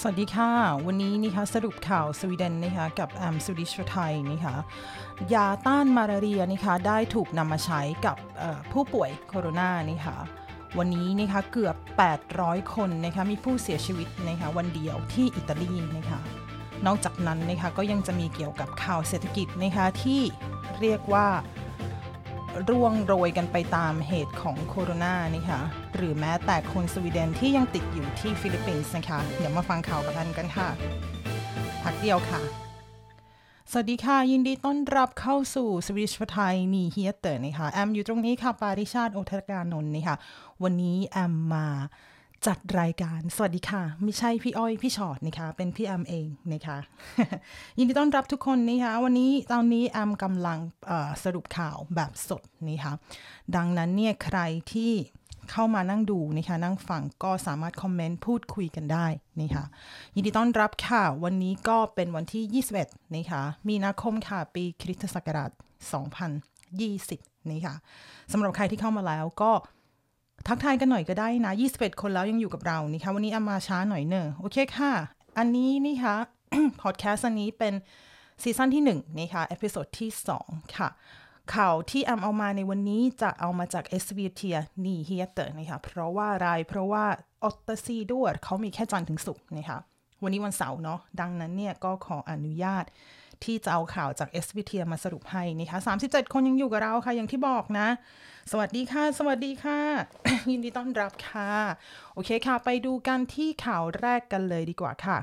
สวัสดีค่ะวันนี้นะคะสรุปข่าวสวีเดนนะคะกับสวีดิชไทยนะคะยาต้านมาลาเรียนะคะได้ถูกนำมาใช้กับผู้ป่วยโคโรนานะคะวันนี้นะคะเกือบ800คนนะคะมีผู้เสียชีวิตนะคะวันเดียวที่อิตาลีนะคะนอกจากนั้นนะคะก็ยังจะมีเกี่ยวกับข่าวเศรษฐกิจนะคะที่เรียกว่าร่วงโรยกันไปตามเหตุของโคโรนานะคะหรือแม้แต่คนสวีเดนที่ยังติดอยู่ที่ฟิลิปปินส์นะคะเดี๋ยวมาฟังข่าวกันค่ะพักเดียวค่ะสวัสดีค่ะยินดีต้อนรับเข้าสู่สวิชไทยนีเฮียเตอร์นะคะแอมอยู่ตรงนี้ค่ะปาริชาติโอทการนนท์นะคะวันนี้แอมมาจัดรายการสวัสดีค่ะไม่ใช่พี่อ้อยพี่ชอตนะคะเป็นพี่แอมเองนะคะ ยินดีต้อนรับทุกคนนะคะวันนี้ตอนนี้แอมกำลังสรุปข่าวแบบสดนะคะดังนั้นเนี่ยใครที่เข้ามานั่งดูนะคะนั่งฟังก็สามารถคอมเมนต์พูดคุยกันได้นะคะยินดีต้อนรับค่ะวันนี้ก็เป็นวันที่21นะคะมีนาคมค่ะปีคริสตศักราช2020นะคะสำหรับใครที่เข้ามาแล้วก็ทักทายกันหน่อยก็ได้นะ21คนแล้วยังอยู่กับเรานะคะวันนี้มาช้าหน่อยเนอะโอเคค่ะอันนี้นะคะ พอดแคสต์อันนี้เป็นซีซั่นที่1นะคะเอพิโซดที่2ค่ะข่าวที่เอามาในวันนี้จะเอามาจาก SVT Nyheter นะคะเพราะว่าอะไรเพราะว่า8 sidorเขามีแค่จันทร์ถึงศุกร์นะคะวันนี้วันเสาร์เนาะดังนั้นเนี่ยก็ขออนุญาตที่จะเอาข่าวจาก SVT มาสรุปให้นะคะ37คนยังอยู่กับเราค่ะอย่างที่บอกนะสวัสดีค่ะสวัสดีค่ะ ยินดีต้อนรับค่ะโอเคค่ะไปดูกันที่ข่าวแรกกันเลยดีกว่าค่ะ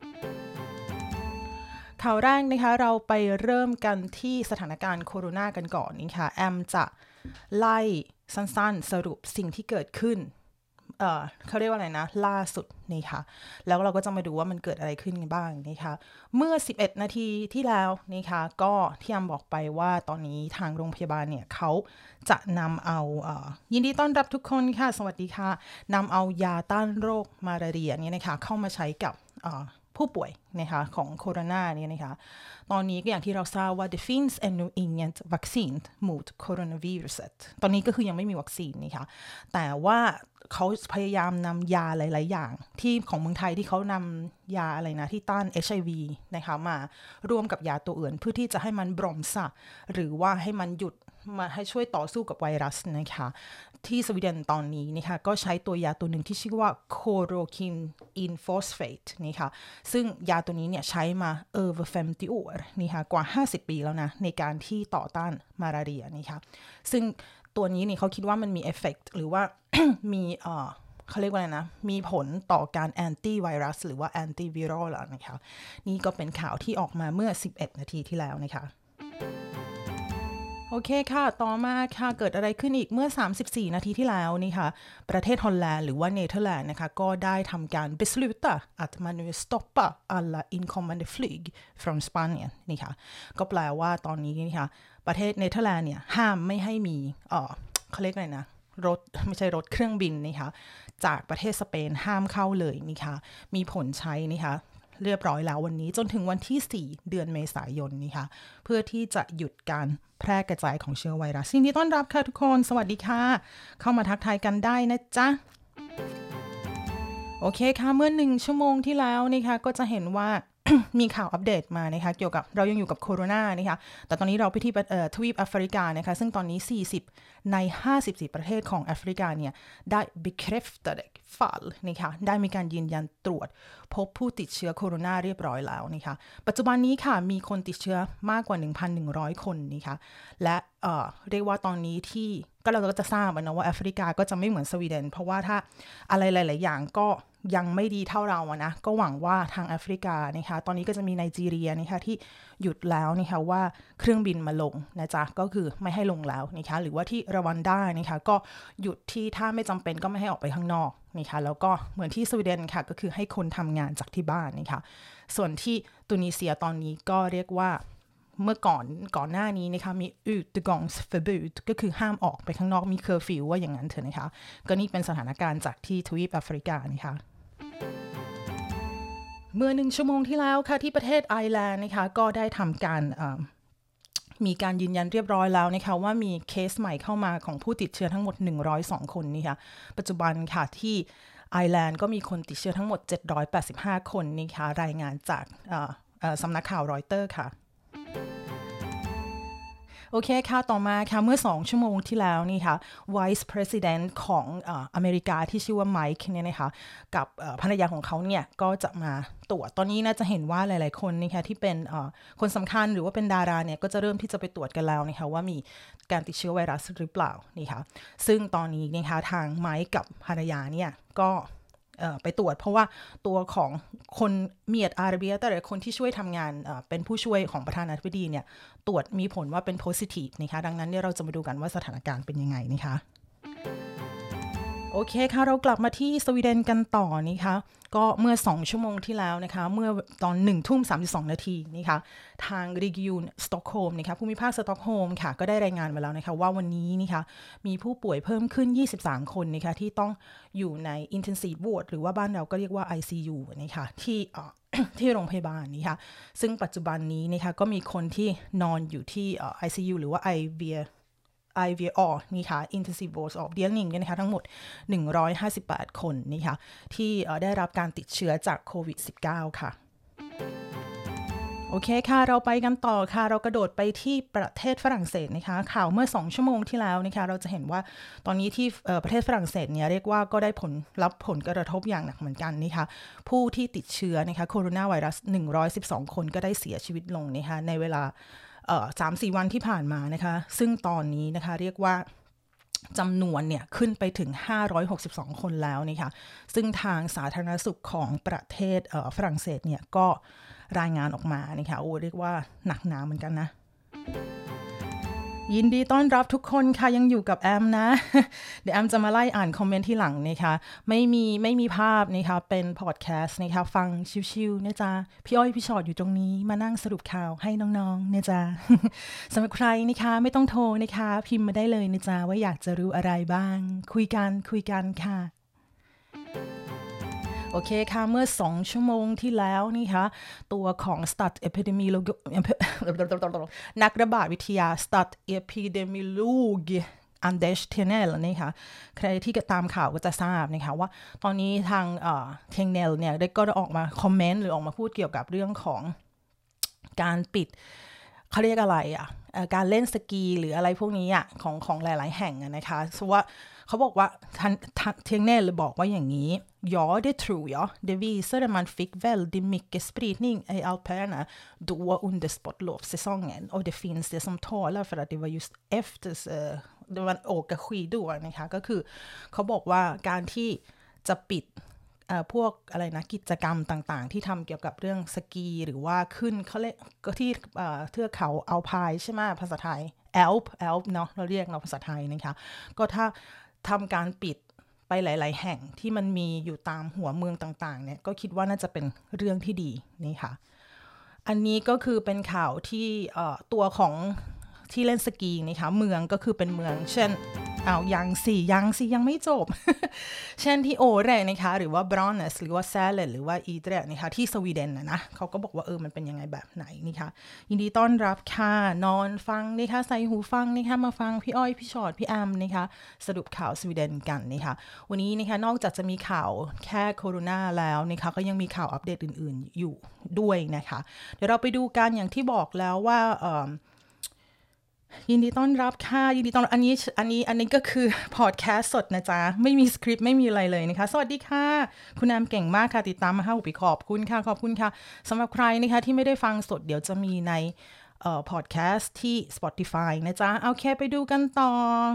ข่าวแรกนะคะเราไปเริ่มกันที่สถานการณ์โควิดกันก่อนนะคะแอมจะไล่สั้นๆสรุปสิ่งที่เกิดขึ้นเขาเรียกว่าอะไรนะล่าสุดนี่ค่ะแล้วเราก็จะมาดูว่ามันเกิดอะไรขึ้นกันบ้างนะคะเมื่อ11นาทีที่แล้วนะคะก็ที่แอมบอกไปว่าตอนนี้ทางโรงพยาบาลเนี่ยเขาจะนำเอายินดีต้อนรับทุกคนค่ะสวัสดีค่ะนำเอายาต้านโรคมาลาเรียเนี่ยนะคะเข้ามาใช้กับผู้ป่วยนะคะของโคโรนาเนี่ยนะคะตอนนี้ก็อย่างที่เราทราบว่า det finns ännu inget vaccin mot coronaviruset ตอนนี้ก็คือยังไม่มีวัคซีนนะคะแต่ว่าเขาพยายามนำยาหลายๆอย่างที่ของเมืองไทยที่เขานำยาอะไรนะที่ต้าน HIV นะคะมาร่วมกับยาตัวอื่นเพื่อที่จะให้มันบรอมซะหรือว่าให้มันหยุดมาให้ช่วยต่อสู้กับไวรัสนะคะที่สวีเดนตอนนี้นะคะก็ใช้ตัวยาตัวหนึ่งที่ชื่อว่า Chloroquine in phosphate นะคะซึ่งยาตัวนี้เนี่ยใช้มาover 50 år นะคะกว่า50ปีแล้วนะในการที่ต่อต้านมาลาเรียนะคะซึ่งตัวนี้เนี่ยเขาคิดว่ามันมีเอฟเฟกต์หรือว่า มีเขาเรียกว่าอะไรนะมีผลต่อการแอนตี้ไวรัสหรือว่าแอนตี้วิรัลแล้วนะคะนี่ก็เป็นข่าวที่ออกมาเมื่อ11นาทีที่แล้วนะคะโอเคค่ะต่อมาค่ะเกิดอะไรขึ้นอีกเมื่อ34นาทีที่แล้วนี่ค่ะประเทศฮอลแลนด์หรือว่าเนเธอร์แลนด์นะคะก็ได้ทำการ besluta att man nu stoppa alla inkommande flyg från Spanien นี่ค่ะก็แปลว่าตอนนี้นี่ค่ะประเทศเนเธอร์แลนด์เนี่ยห้ามไม่ให้มีเขาเรียกอะไรนะรถไม่ใช่รถเครื่องบินนะคะจากประเทศสเปนห้ามเข้าเลยนะคะมีผลใช้นะคะเรียบร้อยแล้ววันนี้จนถึงวันที่4เดือนเมษายนนะคะเพื่อที่จะหยุดการแพร่กระจายของเชื้อไวรัสยินดีต้อนรับค่ะทุกคนสวัสดีค่ะเข้ามาทักทายกันได้นะจ๊ะโอเคค่ะเมื่อ1ชั่วโมงที่แล้วนะคะก็จะเห็นว่า มีข่าวอัปเดตมานะคะเกี่ยวกับเรายังอยู่กับโคโรนานะคะแต่ตอนนี้เราไปที่ทวีปแอฟริกานะคะซึ่งตอนนี้40ใน54ประเทศของแอฟริกาเนี่ยได้ bekräftade fall นะคะได้มีการยืนยันตรวจพบผู้ติดเชื้อโคโรนาเรียบร้อยแล้วนะคะปัจจุบันนี้ค่ะมีคนติดเชื้อมากกว่า 1,100 คนนะคะและเรียกว่าตอนนี้ที่ก็เราก็จะทราบนะว่าแอฟริกาก็จะไม่เหมือนสวีเดนเพราะว่าถ้าอะไรหลายๆอย่างก็ยังไม่ดีเท่าเราอะนะก็หวังว่าทางแอฟริกานะคะตอนนี้ก็จะมีไนจีเรียนะคะที่หยุดแล้วนะคะว่าเครื่องบินมาลงนะจ๊ะก็คือไม่ให้ลงแล้วนะคะหรือว่าที่รวันดานะคะก็หยุดที่ถ้าไม่จำเป็นก็ไม่ให้ออกไปข้างนอกนะคะแล้วก็เหมือนที่สวีเดนค่ะก็คือให้คนทำงานจากที่บ้านนะคะส่วนที่ตุนิเซียตอนนี้ก็เรียกว่าเมื่อก่อนหน้านี้นะคะมี utgångsförbud ก็คือห้ามออกไปข้างนอกมีเคอร์ฟิวว่าอย่างนั้นเถอะนะคะก็นี่เป็นสถานการณ์จากที่ทวีปแอฟริกานะคะเมื่อ1ชั่วโมงที่แล้วค่ะที่ประเทศไอร์แลนด์นะคะก็ได้ทำการมีการยืนยันเรียบร้อยแล้วนะคะว่ามีเคสใหม่เข้ามาของผู้ติดเชื้อทั้งหมด102คนนี่ค่ะปัจจุบันค่ะที่ไอร์แลนด์ก็มีคนติดเชื้อทั้งหมด785คนนะคะรายงานจากสำนักข่าวรอยเตอร์ค่ะโอเคค่ะต่อมาค่ะเมื่อ2ชั่วโมงที่แล้วนี่ค่ะ Vice President ของอเมริกาที่ชื่อว่าไมค์เนี่ยนะคะกับภรรยาของเขาเนี่ยก็จะมาตรวจตอนนี้น่าจะเห็นว่าหลายๆคนนะคะที่เป็นคนสำคัญหรือว่าเป็นดาราเนี่ยก็จะเริ่มที่จะไปตรวจกันแล้วนะคะว่ามีการติดเชื้อไวรัสหรือเปล่านี่ค่ะซึ่งตอนนี้นะคะทางไมค์กับภรรยาเนี่ยก็ไปตรวจเพราะว่าตัวของคนเมียดอาระเบียแต่ละคนที่ช่วยทำงานเป็นผู้ช่วยของประธานาธิบดีเนี่ยตรวจมีผลว่าเป็น positive นะคะดังนั้นเนี่ยเราจะมาดูกันว่าสถานการณ์เป็นยังไงนะคะโอเคค่ะเรากลับมาที่สวีเดนกันต่อนะคะก็เมื่อ2ชั่วโมงที่แล้วนะคะเมื่อตอน19:32 น.นี่ค่ะทางรีกิยูนสต็อกโฮล์มนะคะภูมิภาคสต็อกโฮล์มค่ะก็ได้รายงานมาแล้วนะคะว่าวันนี้นะคะมีผู้ป่วยเพิ่มขึ้น23คนนะคะที่ต้องอยู่ใน intensive ward หรือว่าบ้านเราก็เรียกว่า ICU นะคะที่โรงพยาบาลนี่ค่ะซึ่งปัจจุบันนี้นะคะก็มีคนที่นอนอยู่ที่ICU หรือว่า IVR นี่ค่ะ Intensive Ward of Dealing เนี่ยนะคะทั้งหมด158คนนี่ค่ะที่ได้รับการติดเชื้อจากโควิด -19 ค่ะโอเคค่ะเราไปกันต่อค่ะเรากระโดดไปที่ประเทศฝรั่งเศสนะคะข่าวเมื่อ2ชั่วโมงที่แล้วนะคะเราจะเห็นว่าตอนนี้ที่ประเทศฝรั่งเศสเนี่ยเรียกว่าก็ได้รับผลกระทบอย่างหนักเหมือนกันนะคะผู้ที่ติดเชื้อนะคะโคโรนาไวรัส112คนก็ได้เสียชีวิตลงนะคะในเวลา3-4 วันที่ผ่านมานะคะซึ่งตอนนี้นะคะเรียกว่าจำนวนเนี่ยขึ้นไปถึง562คนแล้วนะคะซึ่งทางสาธารณสุขของประเทศฝรั่งเศสเนี่ยก็รายงานออกมานะคะโอ้เรียกว่าหนักหนาเหมือนกันนะยินดีต้อนรับทุกคนค่ะยังอยู่กับแอมนะ เดี๋ยวแอมจะมาไล่อ่านคอมเมนต์ที่หลังนะคะไม่มีภาพนะคะเป็นพอดแคสต์นะคะฟังชิวๆนะจ๊ะพี่อ้อยพี่ชอตอยู่ตรงนี้มานั่งสรุปข่าวให้น้องๆนะจ๊ะ สำหรับใครนะคะไม่ต้องโทรนะคะพิมพ์มาได้เลยนะจ๊ะว่าอยากจะรู้อะไรบ้างคุยกันค่ะโอเคค่ะเมื่อ2ชั่วโมงที่แล้วนี่ค่ะตัวของ Stat Epidemiolog นักระบาดวิทยา Stat Epidemiolog Anders Tegnell นี่ค่ะใครที่ตามข่าวก็จะทราบนะคะว่าตอนนี้ทางTegnell เนี่ยได้ก็ออกมาคอมเมนต์หรือออกมาพูดเกี่ยวกับเรื่องของการปิดเขาเรียกอะไรการเล่นสกีหรืออะไรพวกนี้ของหลายๆแห่งนะคะเพราะว่าเขาบอกว่าเทียงเน่เลยบอกว่าอย่างนี้ja det tror jag det visar att man fick väldigt mycket spridning i Alperna då under sportlovssäsongen och det finns det som talar för att det var just efter det var åka skidor นะคะก็คือเขาบอกว่าการที่จะปิดพวกอะไรนะกิจกรรมต่างๆที่ทำเกี่ยวกับเรื่องสกีหรือว่าขึ้นเขาเรียกก็ที่เทือกเขาอัลไพน์ใช่ไหมภาษาไทยแอลป์เนาะเราเรียกภาษาไทยนะคะก็ถ้าทำการปิดไปหลายๆแห่งที่มันมีอยู่ตามหัวเมืองต่างๆเนี่ยก็คิดว่าน่าจะเป็นเรื่องที่ดีนี่ค่ะอันนี้ก็คือเป็นข่าวที่ตัวของที่เล่นสกีนะคะเมืองก็คือเป็นเมืองเช่นยังไม่จบ เช่นที่โอเรนะคะหรือว่าบรอนเนสหรือว่าแซเลนหรือว่าอีเดรนะคะที่สวีเดนนะเขาก็บอกว่ามันเป็นยังไงแบบไหนนี่ค่ะยินดีต้อนรับค่ะนอนฟังนะคะใส่หูฟังนะคะมาฟังพี่อ้อยพี่ชอตพี่แอมนะคะสรุปข่าวสวีเดนกันนะคะวันนี้นะคะนอกจากจะมีข่าวแค่โคโรนาแล้วนะคะก็ยังมีข่าวอัปเดตอื่นๆอยู่ด้วยนะคะเดี๋ยวเราไปดูกันอย่างที่บอกแล้วว่ายินดีต้อนรับค่ะยินดีต้อนรับอันนี้ก็คือพอดแคสต์สดนะจ๊ะไม่มีสคริปต์ไม่มีอะไรเลยนะคะสวัสดีค่ะคุณแอมเก่งมากค่ะติดตามมา5 ปีขอบคุณค่ะสำหรับใครนะคะที่ไม่ได้ฟังสดเดี๋ยวจะมีในพอดแคสต์ที่ Spotify นะจ๊ะโอเคไปดูกันต่อ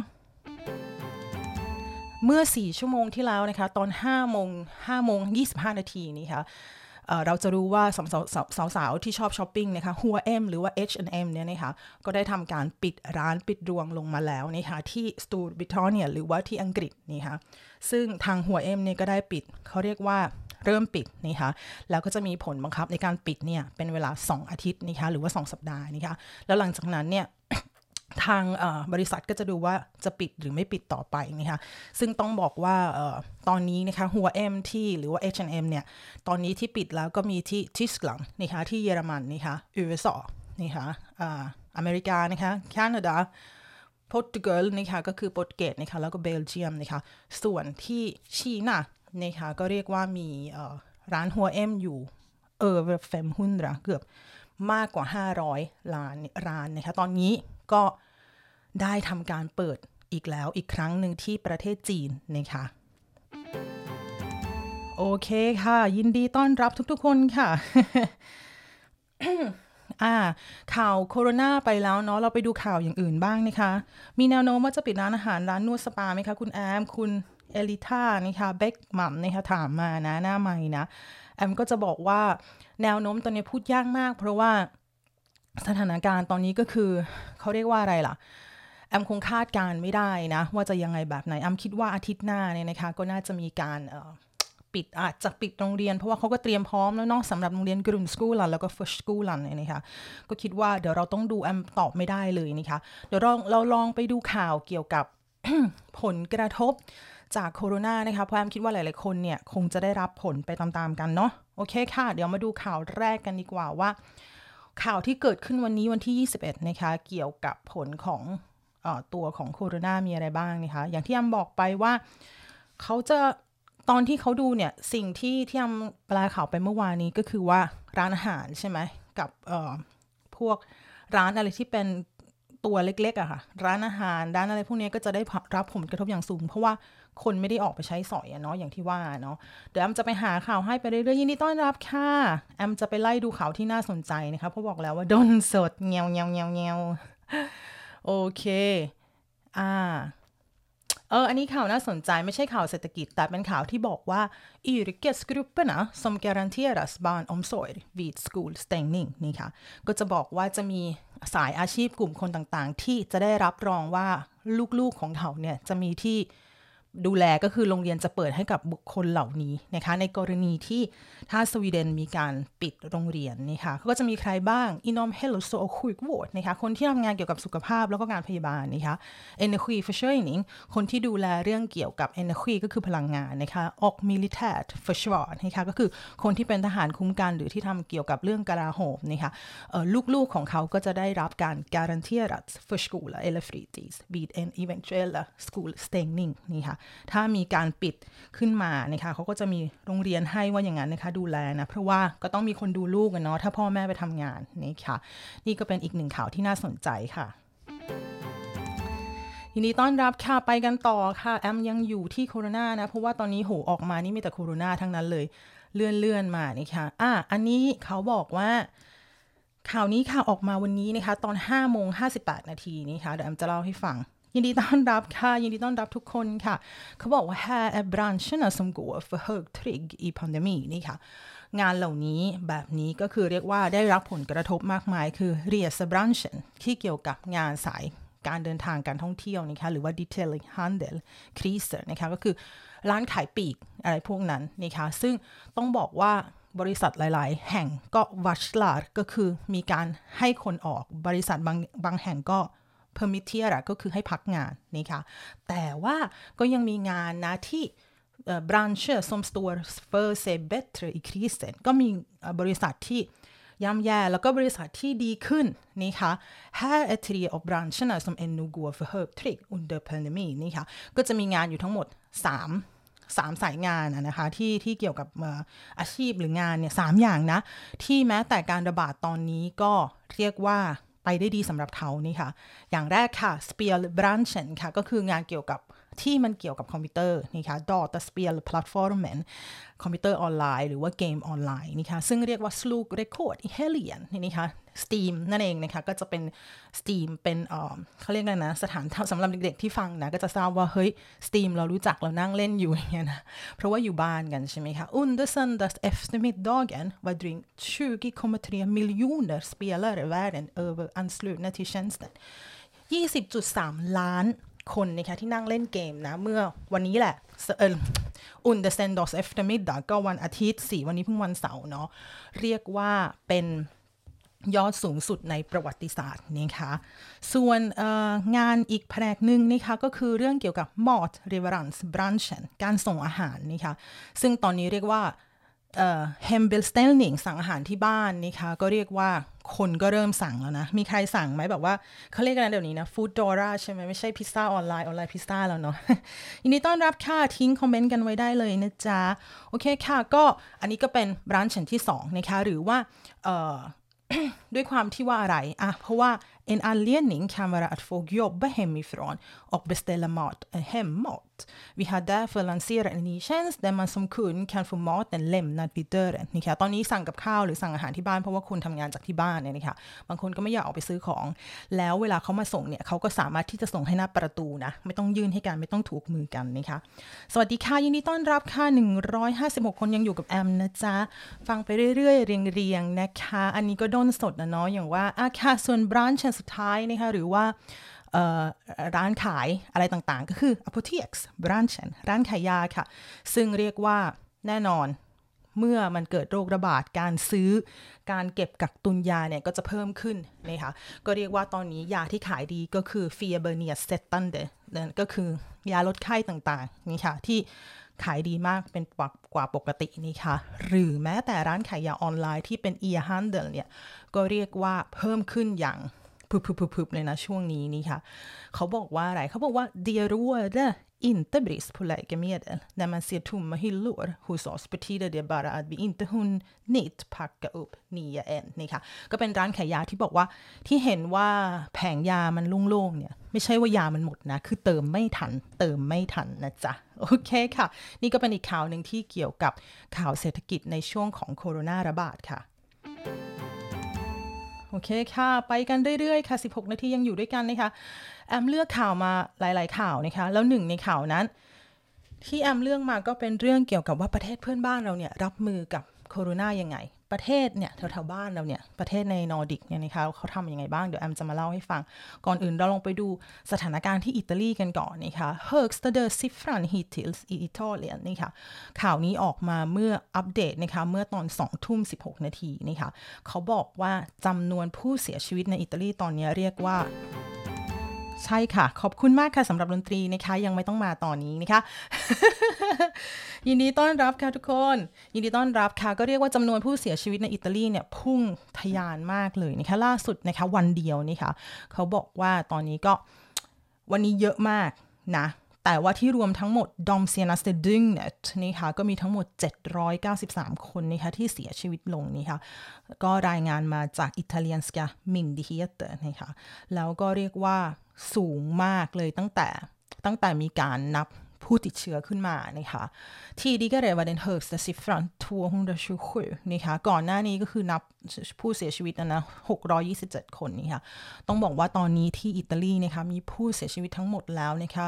เมื่อ4ชั่วโมงที่แล้วนะคะตอน5 โมง 25 นาทีนี่ค่ะเราจะรู้ว่าสาวๆที่ชอบช้อปปิ้งนะคะ H&M หรือว่า H&M เนี่ยนะคะก็ได้ทำการปิดร้านปิดดวงลงมาแล้วนะคะที่สตูบิทอเนียหรือว่าที่อังกฤษนี่ค่ะซึ่งทาง H&M เนี่ยก็ได้ปิดเขาเรียกว่าเริ่มปิดนะคะแล้วก็จะมีผลบังคับในการปิดเนี่ยเป็นเวลา2 อาทิตย์นะคะหรือว่า2 สัปดาห์นะคะแล้วหลังจากนั้นเนี่ยทางบริษัทก็จะดูว่าจะปิดหรือไม่ปิดต่อไปนะคะซึ่งต้องบอกว่าตอนนี้นะคะ H&M ที่หรือว่า H&M เนี่ยตอนนี้ที่ปิดแล้วก็มีที่ทิสกลังนะคะที่เยอรมันนะคะUSAนะคะอเมริกานะคะแคนาดาโปรตุเกสนะคะก็คือโปรตุเกสนะคะแล้วก็เบลเยียมนะคะส่วนที่จีนนะคะก็เรียกว่ามีร้านหัวเอ็มอยู่500 เกือบมากกว่า500ร้านนะคะตอนนี้ก็ได้ทำการเปิดอีกแล้วอีกครั้งหนึ่งที่ประเทศจีนนะคะโอเคค่ะยินดีต้อนรับทุกๆคนค่ะ ข่าวโคโรนาไปแล้วเนาะเราไปดูข่าวอย่างอื่นบ้างนะคะมีแนวโน้มว่าจะปิดร้านอาหารร้านนวดสปาไหมคะคุณแอมคุณเอลิท่านะคะเบคหม่ำนะคะถามมานะหน้าไมค์นะแอมก็จะบอกว่าแนวโน้มตอนนี้พูดยากมากเพราะว่าสถานการณ์ตอนนี้ก็คือเขาเรียกว่าอะไรล่ะแอมคงคาดการไม่ได้นะว่าจะยังไงแบบไหนแอมคิดว่าอาทิตย์หน้าเนี่ยนะคะก็น่าจะมีการปิดอาจจะปิดโรงเรียนเพราะว่าเขาก็เตรียมพร้อมแล้วเนาะสำหรับโรงเรียน Grundskolan แล้วก็ Förskolan เนี่ยนะคะก็คิดว่าเดี๋ยวเราต้องดูแอมตอบไม่ได้เลยนะคะเดี๋ยวเราลองไปดูข่าวเกี่ยวกับ ผลกระทบจากโคโรนานะคะเพราะแอมคิดว่าหลายๆคนเนี่ยคงจะได้รับผลไปตามๆกันเนาะโอเคค่ะเดี๋ยวมาดูข่าวแรกกันดีกว่าว่าข่าวที่เกิดขึ้นวันนี้วันที่21นะคะเกี่ยวกับผลของตัวของโคโรนามีอะไรบ้างนะคะอย่างที่แอมบอกไปว่าเขาจะตอนที่เขาดูเนี่ยสิ่งที่แอมแปลข่าวไปเมื่อวานนี้ก็คือว่าร้านอาหารใช่ไหมกับพวกร้านอะไรที่เป็นตัวเล็กๆอะค่ะร้านอาหารร้านอะไรพวกนี้ก็จะได้รับผลกระทบอย่างสูงเพราะว่าคนไม่ได้ออกไปใช้สอยเนาะอย่างที่ว่าเนาะเดี๋ยวแอมจะไปหาข่าวให้ไปเรื่อยๆยินดีต้อนรับค่ะแอมจะไปไล่ดูข่าวที่น่าสนใจนะคะเพราะบอกแล้วว่าด้นสดเงียวโอเคอันนี้ข่าวน่าสนใจไม่ใช่ข่าวเศรษฐกิจแต่เป็นข่าวที่บอกว่า yrkesgrupperna som garanteras barnomsorg vid skolstängning นี่ค่ะก็จะบอกว่าจะมีสายอาชีพกลุ่มคนต่างๆที่จะได้รับรองว่าลูกๆของเขาเนี่ยจะมีที่ดูแลก็คือโรงเรียนจะเปิดให้กับบุคคลเหล่านี้นะคะในกรณีที่ถ้าสวีเดนมีการปิดโรงเรียนนะคะเขาก็จะมีใครบ้าง inom hälso och sjukvård นะคะคนที่ทำงานเกี่ยวกับสุขภาพแล้วก็งานพยาบาลนะคะ energiförsörjning คนที่ดูแลเรื่องเกี่ยวกับ energy ก็คือพลังงานนะคะ och militärt försvar นะคะก็คือคนที่เป็นทหารคุ้มกันหรือที่ทำเกี่ยวกับเรื่องกลาโหมนะคะลูกๆของเขาก็จะได้รับการ garanterat förskola eller fritids vid en eventuell skolstängning นี่ค่ะถ้ามีการปิดขึ้นมานะคะเขาก็จะมีโรงเรียนให้ว่าอย่างนั้นนะคะดูแลนะเพราะว่าก็ต้องมีคนดูลูกกันเนาะถ้าพ่อแม่ไปทำงานนะคะนี่ก็เป็นอีกหนึ่งข่าวที่น่าสนใจค่ะยินดีต้อนรับค่ะไปกันต่อค่ะแอมยังอยู่ที่โคโรนานะเพราะว่าตอนนี้ออกมานี่มีแต่โคโรนาทั้งนั้นเลยเลื่อนมานี่ค่ะอันนี้เขาบอกว่าข่าวนี้ค่ะออกมาวันนี้นะคะตอน 5:58 นาทีนี่ค่ะเดี๋ยวแอมจะเล่าให้ฟังยินดีต้อนรับค่ะยินดีต้อนรับทุกคนค่ะเขาบอกว่า här är branscherna som går för högtryck i pandemin นี่ค่ะงานเหล่านี้แบบนี้ก็คือเรียกว่าได้รับผลกระทบมากมายคือ resebranschen ที่เกี่ยวกับงานสายการเดินทางการท่องเที่ยวนะคะหรือว่า detailing handel kriser นะคะก็คือร้านขายปลีกอะไรพวกนั้นนะคะซึ่งต้องบอกว่าบริษัทหลายๆแห่งก็วัชลาร์ก็คือมีการให้คนออกบริษัทบางแห่งก็permittera ก็คือให้พักงานนะคะแต่ว่าก็ยังมีงานนะที่branscher som står för sig bättre i krisen ก็มีบริษัทที่ย่ำแย่แล้วก็บริษัทที่ดีขึ้นนะคะ här är 3 av branscherna som ännu går för högtryck under pandemin นี่ค่ะก็จะมีงานอยู่ทั้งหมด3สายงานนะคะที่เกี่ยวกับอาชีพหรืองานเนี่ย3อย่างนะที่แม้แต่การระบาดตอนนี้ก็เรียกว่าไปได้ดีสำหรับเขานี่ค่ะอย่างแรกค่ะ spelbranschen ค่ะก็คืองานเกี่ยวกับที่มันเกี่ยวกับคอมพิวเตอร์นี่ค่ะ dataspelplattformen คอมพิวเตอร์ออนไลน์หรือว่าเกมออนไลน์นี่ค่ะซึ่งเรียกว่า slog rekord i helgen นี่ค่ะ Steam นั่นเองนะคะก็จะเป็น Steam เป็นเขาเรียกอะไรนะสถานสำหรับเด็กๆที่ฟังนะก็จะทราบว่าเฮ้ย Steam เรารู้จักเรานั่งเล่นอยู่อย่างเงี้ยนะเพราะว่าอยู่บ้านกันใช่ไหมคะ under söndags eftermiddagen var drygt 20,3 miljoner spelare världen över anslutna till tjänsten 20.3 ล้านคนนะคะที่นั่งเล่นเกมนะเมื่อวันนี้แหละunder söndags eftermiddag ก็วันอาทิตย์วันนี้เพิ่งวันเสาร์เนาะเรียกว่าเป็นยอดสูงสุดในประวัติศาสตร์นะคะส่วนงานอีกแผนกหนึ่งนะคะก็คือเรื่องเกี่ยวกับ mat leverans branschen การส่งอาหารนะคะซึ่งตอนนี้เรียกว่า hembeställning สั่งอาหารที่บ้านนะคะก็เรียกว่าคนก็เริ่มสั่งแล้วนะมีใครสั่งไหมแบบว่าเขาเรียกกันเดี๋ยวนี้นะ Foodora ใช่ไหมไม่ใช่พิซซ่าออนไลน์พิซซ่าแล้วเนาะ ยินดีต้อนรับค่ะทิ้งคอมเมนต์กันไว้ได้เลยนะจ๊ะโอเคค่ะก็อันนี้ก็เป็นร้านชั้นที่2นะคะหรือว่าด้วยความที่ว่าอะไรเพราะว่า en anledning kan vara att folk jobbar hemifrån och beställa mat hemmat. Vi har därför lanserat en ny tjänst där man som kund kan få maten lämnad vid dörren นะคะตอนนี้สั่งกับข้าวหรือสั่งอาหารที่บ้านเพราะว่าคุณทำงานจากที่บ้านเนี่ยนะคะบางคนก็ไม่อยากออกไปซื้อของแล้วเวลาเขามาส่งเนี่ยเขาก็สามารถที่จะส่งให้หน้าประตูนะไม่ต้องยื่นให้กันไม่ต้องถูกมือกันนะคะสวัสดีค่ะยินดีต้อนรับค่ะ156คนยังอยู่กับแอมนะจ๊ะฟังไปเรื่อยๆเรียงๆนะคะอันนี้ก็ด้นสดนะเนาะอย่างว่าค่ะส่วนบรันช์สุดท้ายนะคะหรือว่าร้านขายอะไรต่างๆก็คือ Apoteksbranschen ร้านขายยาค่ะซึ่งเรียกว่าแน่นอนเมื่อมันเกิดโรคระบาดการซื้อการเก็บกักตุนยาเนี่ยก็จะเพิ่มขึ้นนะคะก็เรียกว่าตอนนี้ยาที่ขายดีก็คือ Fieberniasättande ก็คือยาลดไข้ต่างๆนี่ค่ะที่ขายดีมากเป็นกว่าปกตินี่ค่ะหรือแม้แต่ร้านขายยาออนไลน์ที่เป็น e-handel เนี่ยก็เรียกว่าเพิ่มขึ้นอย่างพึบๆเลยนะช่วงนี้นี่ค่ะเขาบอกว่าอะไรเขาบอกว่า det råder inte brist på läkemedel när man ser tomma hyllor hos oss betyder det bara att vi inte hunnit packa upp nya än นี่ค่ะก็เป็นร้านขายยาที่บอกว่าที่เห็นว่าแผงยามันโล่งๆเนี่ยไม่ใช่ว่ายามันหมดนะคือเติมไม่ทันนะจ๊ะโอเคค่ะนี่ก็เป็นอีกข่าวหนึ่งที่เกี่ยวกับข่าวเศรษฐกิจในช่วงของโควิดระบาดค่ะโอเคค่ะไปกันเรื่อยๆค่ะ16นาทียังอยู่ด้วยกันนะคะแอมเลือกข่าวมาหลายๆข่าวนะคะแล้วหนึ่งในข่าวนั้นที่แอมเลือกมาก็เป็นเรื่องเกี่ยวกับว่าประเทศเพื่อนบ้านเราเนี่ยรับมือกับโควิดยังไงประเทศเนี่ยแถวๆบ้านเราเนี่ยประเทศในนอร์ดิกเนี่ยนะคะเขาทำยังไงบ้างเดี๋ยวแอมจะมาเล่าให้ฟังก่อนอื่นเราลองไปดูสถานการณ์ที่อิตาลีกันก่อนนะคะ högsta dödssiffran hittills i Italien นี่ค่ะข่าวนี้ออกมาเมื่ออัปเดตนะคะเมื่อตอน 20:16 นาทีนะคะเขาบอกว่าจำนวนผู้เสียชีวิตในอิตาลีตอนนี้เรียกว่าใช่ค่ะขอบคุณมากค่ะสำหรับดนตรีนะคะยังไม่ต้องมาตอนนี้นะคะ ยินดีต้อนรับค่ะทุกคนยินดีต้อนรับค่ะก็เรียกว่าจำนวนผู้เสียชีวิตในอิตาลีเนี่ยพุ่งทะยานมากเลยนะคะล่าสุดนะคะวันเดียวนี่ค่ะเขาบอกว่าตอนนี้ก็วันนี้เยอะมากนะแต่ว่าที่รวมทั้งหมดดอมเซียนัสเตดึงเนี่ยนี่ค่ะก็มีทั้งหมด793คนนะคะที่เสียชีวิตลงนี่ค่ะก็รายงานมาจากอิตาเลียนสกามินดิเฮเตอร์นะคะแล้วก็เรียกว่าสูงมากเลยตั้งแต่มีการนับผู้ติดเชื้อขึ้นมานะคะtidigare var den högsta siffran 227นะคะก่อนหน้านี้ก็คือนับผู้เสียชีวิตนะ627คนนี่ค่ะต้องบอกว่าตอนนี้ที่อิตาลีนะคะมีผู้เสียชีวิตทั้งหมดแล้วนะคะ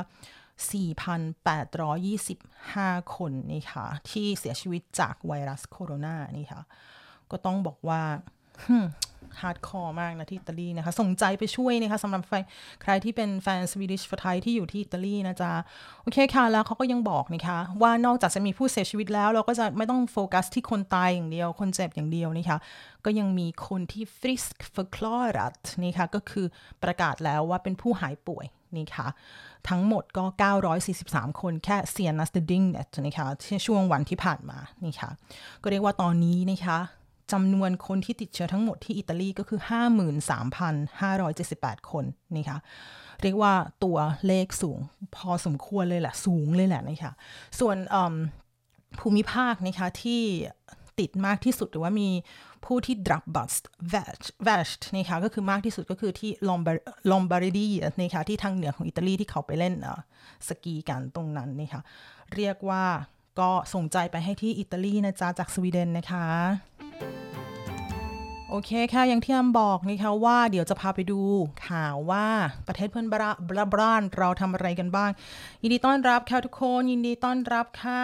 4,825 คนนี่ค่ะที่เสียชีวิตจากไวรัสโคโรนานี่ค่ะก็ต้องบอกว่าฮาร์ดคอร์มากนะที่อิตาลีนะคะส่งใจไปช่วยนะคะสำหรับใครที่เป็นแฟน Swedish for Thai ที่อยู่ที่อิตาลีนะจ๊ะโอเคค่ะแล้วเขาก็ยังบอกนะคะว่านอกจากจะมีผู้เสียชีวิตแล้วเราก็จะไม่ต้องโฟกัสที่คนตายอย่างเดียวคนเจ็บอย่างเดียวนะคะก็ยังมีคนที่ frisk förklarat นี่ค่ะก็คือประกาศแล้วว่าเป็นผู้หายป่วยนี่ค่ะทั้งหมดก็943คนแค่เซียนัสเดดิงเนี่ยนะคะช่วงวันที่ผ่านมานี่ค่ะก็เรียกว่าตอนนี้นะคะจำนวนคนที่ติดเชื้อทั้งหมดที่อิตาลีก็คือ 53,578 คนนี่ค่ะเรียกว่าตัวเลขสูงพอสมควรเลยแหละสูงเลยแหละนะคะส่วนภูมิภาคนะคะที่ติดมากที่สุดหรือว่ามีผู้ที่ drabbas värst นะคะก็คือมากที่สุดก็คือที่ลอมบาร์ดีนะคะที่ทางเหนือของอิตาลีที่เขาไปเล่นสกีกันตรงนั้นนะคะเรียกว่าก็ส่งใจไปให้ที่อิตาลีนะจ๊ะจากสวีเดนนะคะโอเคค่ะอย่างที่แอมบอกนะคะว่าเดี๋ยวจะพาไปดูข่าวว่าประเทศเพื่อนบ้านเราทำอะไรกันบ้างยินดีต้อนรับค่ะทุกคนยินดีต้อนรับค่ะ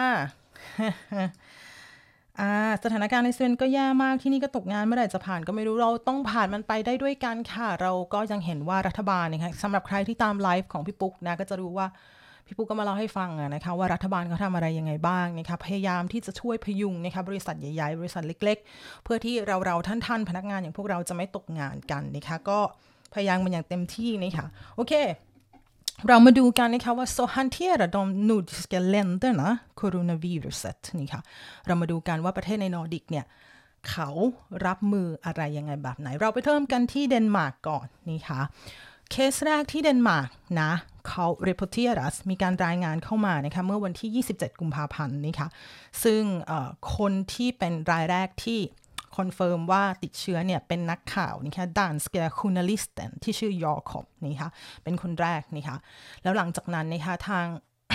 สถานการณ์ในสวีเดนก็แย่มากที่นี่ก็ตกงานเมื่อไหร่จะผ่านก็ไม่รู้เราต้องผ่านมันไปได้ด้วยกันค่ะเราก็ยังเห็นว่ารัฐบาลนะคะสำหรับใครที่ตามไลฟ์ของพี่ปุ๊กนะก็จะรู้ว่าพี่ปุ๊กก็มาเล่าให้ฟังนะคะว่ารัฐบาลเขาทำอะไรยังไงบ้างนะคะพยายามที่จะช่วยพยุงนะคะบริษัทใหญ่ๆบริษัทเล็กๆเพื่อที่เราท่านพนักงานอย่างพวกเราจะไม่ตกงานกันนะคะก็พยายามมันอย่างเต็มที่นะคะโอเคเรามาดูกันนะคะว่า så hanterar de nordiska länderna coronaviruset นี่ค่ะเรามาดูกันว่าประเทศในนอร์ดิกเนี่ยเขารับมืออะไรยังไงแบบไหนเราไปเริ่มกันที่เดนมาร์กก่อนนี่ค่ะเคสแรกที่เดนมาร์กนะเขา reporteras มีการรายงานเข้ามานะคะเมื่อวันที่27กุมภาพันธ์นี่ค่ะซึ่งคนที่เป็นรายแรกที่คอนเฟิร์มว่าติดเชื้อเนี่ยเป็นนักข่าวนี่ค่ะดันสเกียคูนาลิสเตนที่ชื่อยอคอบนี่ค่ะเป็นคนแรกนี่ค่ะแล้วหลังจากนั้นนะคะทาง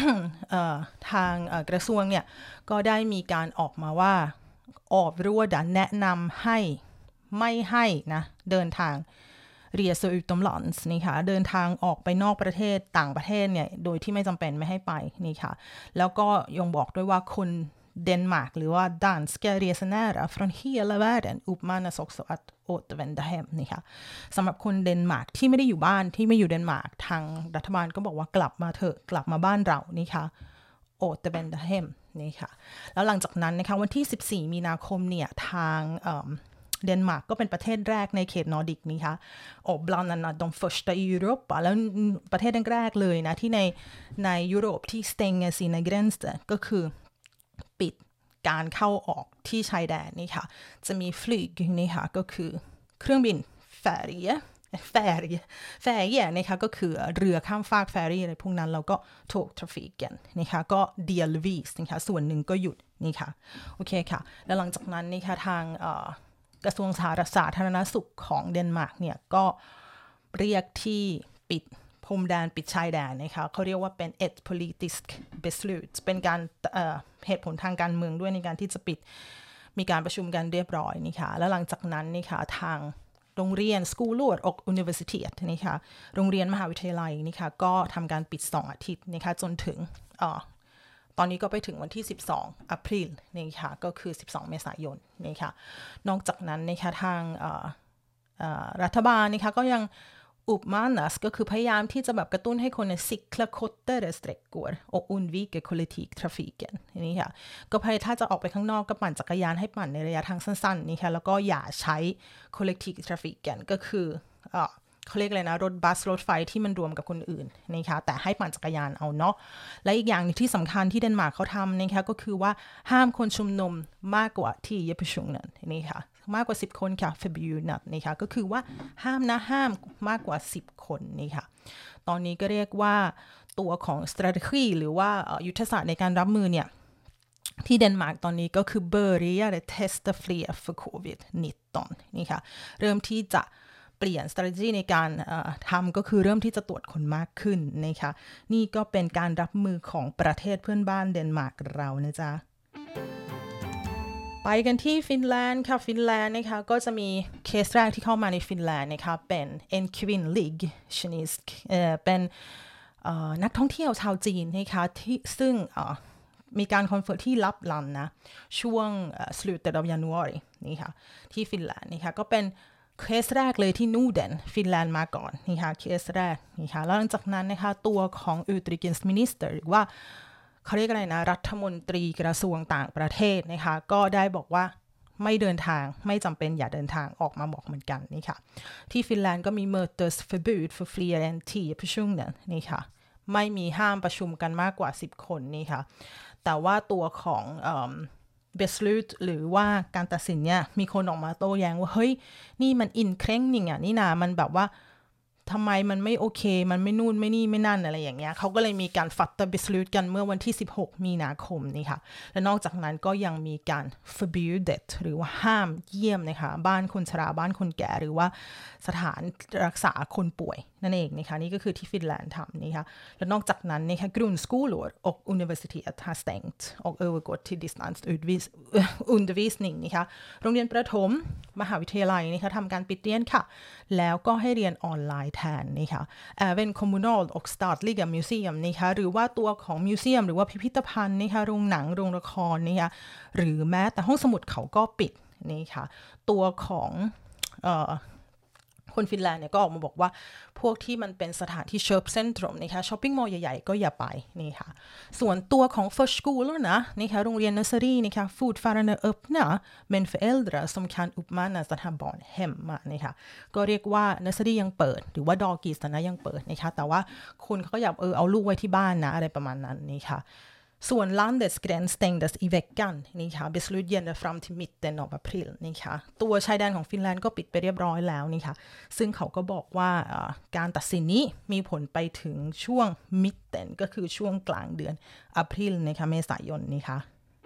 กระทรวงเนี่ยก็ได้มีการออกมาว่าออกรั่วดันแนะนำให้ไม่ให้นะเดินทางเรียสอุตมหลอนส์นี่ค่ะเดินทางออกไปนอกประเทศต่างประเทศเนี่ยโดยที่ไม่จำเป็นไม่ให้ไปนี่ค่ะแล้วก็ยังบอกด้วยว่าคนเดนมาร์กหรือว่า danska resenärer från hela världen uppmanas också att återvända hem นี่ค่ะสำหรับคนเดนมาร์กที่ไม่ได้อยู่บ้านที่ไม่อยู่เดนมาร์กทางรัฐบาลก็บอกว่ากลับมาเถอะกลับมาบ้านเรานี่ค่ะ återvända hem นี่ค่ะแล้วหลังจากนั้นนะคะวันที่14มีนาคมเนี่ยทางเดนมาร์กก็เป็นประเทศแรกในเขตนอร์ดิกนี่ค่ะbland annat de första i Europa แล้วประเทศแรกเลยนะที่ในยุโรปที่ stänger sina gränser ก็คือปิดการเข้าออกที่ชายแดนนี่ค่ะจะมีฟlygนี่ค่ะก็คือเครื่องบินแฟรี่นะคะก็คือเรือข้ามฟากแฟรี่อะไรพวกนั้นแล้วก็tågtrafikenนะคะก็ delvis นะคะส่วนหนึ่งก็หยุดนี่ค่ะโอเคค่ะแล้วหลังจากนั้นนี่ค่ะทางกระทรวงสาธารณสุขของเดนมาร์กเนี่ยก็เรียกที่ปิดพรมแดนปิดชายแดนนะคะเขาเรียกว่าเป็น ett politiskt beslut เป็นการเหตุผลทางการเมืองด้วยในการที่จะปิดมีการประชุมกันเรียบร้อยนี่ค่ะแล้วหลังจากนั้นนี่ค่ะทางโรงเรียน skolor och universitet นี่ค่ะโรงเรียนมหาวิทยาลัยนี่ค่ะก็ทำการปิด2อาทิตย์นะคะจนถึงตอนนี้ก็ไปถึงวันที่12อัพริลนี่ค่ะก็คือ12เมษายนนี่ค่ะนอกจากนั้นนะคะทางรัฐบาลนะคะก็ยังuppmanasก็คือพยายามที่จะแบบกระตุ้นให้คนcykla kortare sträckor och undvika kollektivtrafiken นี่ค่ะก็พยายามถ้าจะออกไปข้างนอกก็ปั่นจักรยานให้ปั่นในระยะทางสั้นๆนี่ค่ะแล้วก็อย่าใช้ kollektivtrafiken ก็คือเขาเรียกอะไรนะรถบัสรถไฟที่มันรวมกับคนอื่นนะคะแต่ให้ปั่นจักรยานเอาเนาะและอีกอย่างนึงที่สำคัญที่เดนมาร์กเขาทำนะคะก็คือว่าห้ามคนชุมนุมมากกว่าที่เยปชุงนั้นนี่ค่ะมากกว่า10คนค่ะ förbjudet นี่ค่ะก็คือว่าห้ามมากกว่า10คนนี่ค่ะตอนนี้ก็เรียกว่าตัวของ strategy หรือว่ายุทธศาสตร์ในการรับมือเนี่ยที่เดนมาร์กตอนนี้ก็คือ börjar testa fler för covid-19 นี่ค่ะเริ่มที่จะเปลี่ยน strategy ในการทำก็คือเริ่มที่จะตรวจคนมากขึ้นนะคะนี่ก็เป็นการรับมือของประเทศเพื่อนบ้านเดนมาร์กเรานะจ๊ะไปกันที่ฟินแลนด์ค่ะฟินแลนด์นะคะก็จะมีเคสแรกที่เข้ามาในฟินแลนด์นะคะเป็น en kvinnlig kinesisk เป็นนักท่องเที่ยวชาวจีนนะคะที่ซึ่งมีการคอนเฟิร์มที่ลับลันนะช่วงslutet av januari นี่ค่ะที่ฟินแลนด์นี่ค่ะก็เป็นเคสแรกเลยที่นูเดนฟินแลนด์มาก่อนนี่ค่ะเคสแรกนี่ค่ะแล้วหลังจากนั้นนะคะตัวของ utrikesminister หรือว่าเขาเรียกอะไรนะรัฐมนตรีกระทรวงต่างประเทศนะคะก็ได้บอกว่าไม่เดินทางไม่จำเป็นอย่าเดินทางออกมาบอกเหมือนกันนี่ค่ะที่ฟินแลนด์ก็มี mötesförbud för fler än 10 personer นี่ค่ะไม่มีห้ามประชุมกันมากกว่า10คนนี่ค่ะแต่ว่าตัวของbeslut หรือว่าการตัดสินเนี่ยมีคนออกมาโต้แย้งว่าเฮ้ยนี่มันinkränkningอ่ะนี่นะมันแบบว่าทำไมมันไม่โอเคมันไม่นู่นไม่นี่ไม่นั่นอะไรอย่างเงี้ยเขาก็เลยมีการfatta beslutกันเมื่อวันที่16มีนาคมนี่ค่ะและนอกจากนั้นก็ยังมีการ förbjudet หรือว่าห้ามเยี่ยมนะคะบ้านคนชราบ้านคนแก่หรือว่าสถานรักษาคนป่วยนั่นเองนะคะนี่ก็คือที่ฟินแลนด์ทำนี่ค่ะและนอกจากนั้นนะคะ grundskolor och universitet har stängt och övergått till distansundervisning นะคะโรงเรียนประถมมหาวิทยาลัยนะคะทำการปิดเรียนค่ะแล้วก็ให้เรียนออนไลน์แทนนะคะ även kommunal och statliga museum นะคะหรือว่าตัวของมิวเซียมหรือว่าพิพิธภัณฑ์นะคะโรงหนังโรงละครนะคะหรือแม้แต่ห้องสมุดเขาก็ปิดนี่ค่ะตัวของคนฟินแลนด์เนี่ยก็ออกมาบอกว่าพวกที่มันเป็นสถานที่ช็อปเซ็นทรัมนะคะช้อปปิ้งมอลล์ใหญ่ๆก็อย่าไปนี่ค่ะส่วนตัวของ First School นะนะคะโรงเรียน Nursery นะคะ fortfarande öppna men föräldrar som kan uppmana sina barn hemma นะคะก็เรียกว่า Nursery ยังเปิดหรือว่า Dagis นะยังเปิดนะคะแต่ว่าคุณเขาก็อยากเอาลูกไว้ที่บ้านนะอะไรประมาณนั้นนี่ค่ะส่วน landets gräns stängdes i veckan นี่ค่ะ beslut gäller fram till mitten av april นี่ค่ะตัวชายแดนของฟินแลนด์ก็ปิดไปเรียบร้อยแล้วนี่ค่ะซึ่งเขาก็บอกว่าการตัดสินนี้มีผลไปถึงช่วง mitten ก็คือช่วงกลางเดือน april นะคะเมษายนนี่ค่ะ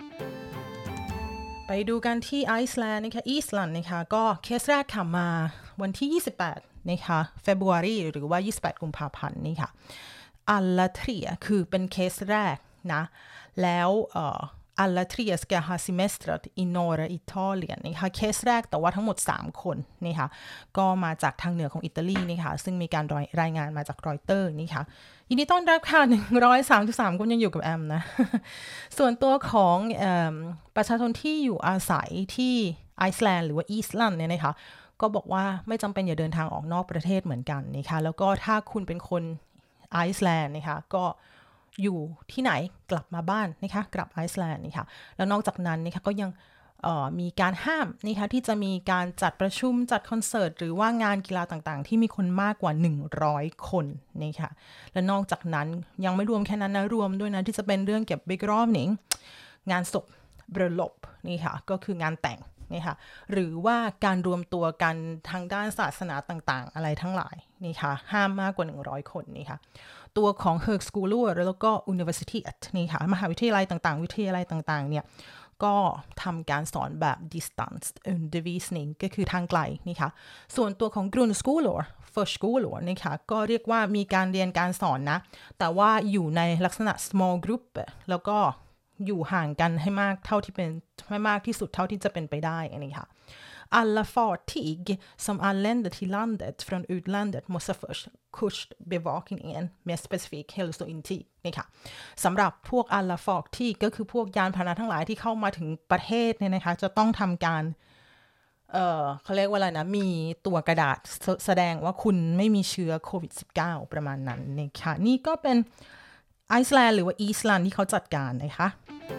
ไปดูกันที่ไอซ์แลนด์นะคะอีสแลนด์นะคะก็เคสแรกค่ะมาวันที่28นะคะ February หรือว่า28กุมภาพันธ์นี่ค่ะalla tre คือเป็นเคสแรกนะแล้วalla tre ska ha semestrat i norra Italien นะคะเคสแรกแต่ว่าทั้งหมด3คนนี่ค่ะก็มาจากทางเหนือของอิตาลีนี่ค่ะซึ่งมีการรายงานมาจากรอยเตอร์นี่ค่ะยินดีต้อนรับค่ะ133คนยังอยู่กับแอมนะ ส่วนตัวของประชาชนที่อยู่อาศัยที่ไอซ์แลนด์หรือว่าอีสแลนด์เนี่ยนะคะก็บอกว่าไม่จำเป็นอย่าเดินทางออกนอกประเทศเหมือนกันนะคะแล้วก็ถ้าคุณเป็นคนไอซ์แลนด์นะคะก็อยู่ที่ไหนกลับมาบ้านนะคะกลับไอซ์แลนด์นะคะแล้วนอกจากนั้นนะคะก็ยังมีการห้ามนะคะที่จะมีการจัดประชุมจัดคอนเสิร์ตหรือว่างานกีฬาต่างๆที่มีคนมากกว่า100คนนะคะและนอกจากนั้นยังไม่รวมแค่นั้นนะรวมด้วยนะที่จะเป็นเรื่องเกี่ยวกับ begravning งานศพบรลบนี่ค่ะก็คืองานแต่งนี่ค่ะหรือว่าการรวมตัวกันทางด้านศาสนาต่างๆอะไรทั้งหลายนี่ค่ะห้ามมากกว่า100คนนี่ค่ะตัวของ högskolor แล้วก็ universitet นี่ค่ะมหาวิทยาลัยต่างๆวิทยาลัยต่างๆเนี่ยก็ทำการสอนแบบ distance undervisning ก็คือทางไกลนี่ค่ะส่วนตัวของ grundskolor förskolor นี่ค่ะก็เรียกว่ามีการเรียนการสอนนะแต่ว่าอยู่ในลักษณะ small group แล้วก็อยู่ห่างกันให้มากเท่าที่เป็นให้มากที่สุดเท่าที่จะเป็นไปได้อันนี้ค่ะ Alla fartyg som anländer till landet från utlandet måste först kustbevakningen med specifik hälsointyg นี่ค่ะสำหรับพวก alla fartyg ก็คือพวกยานพาหนะทั้งหลายที่เข้ามาถึงประเทศเนี่ยนะคะจะต้องทำการเขาเรียกว่าอะไรนะมีตัวกระดาษแสดงว่าคุณไม่มีเชื้อโควิด -19 ประมาณนั้นนะคะนี่ก็เป็นไอซ์แลนด์หรือว่าอีสแลนด์ที่เขาจัดการนะคะ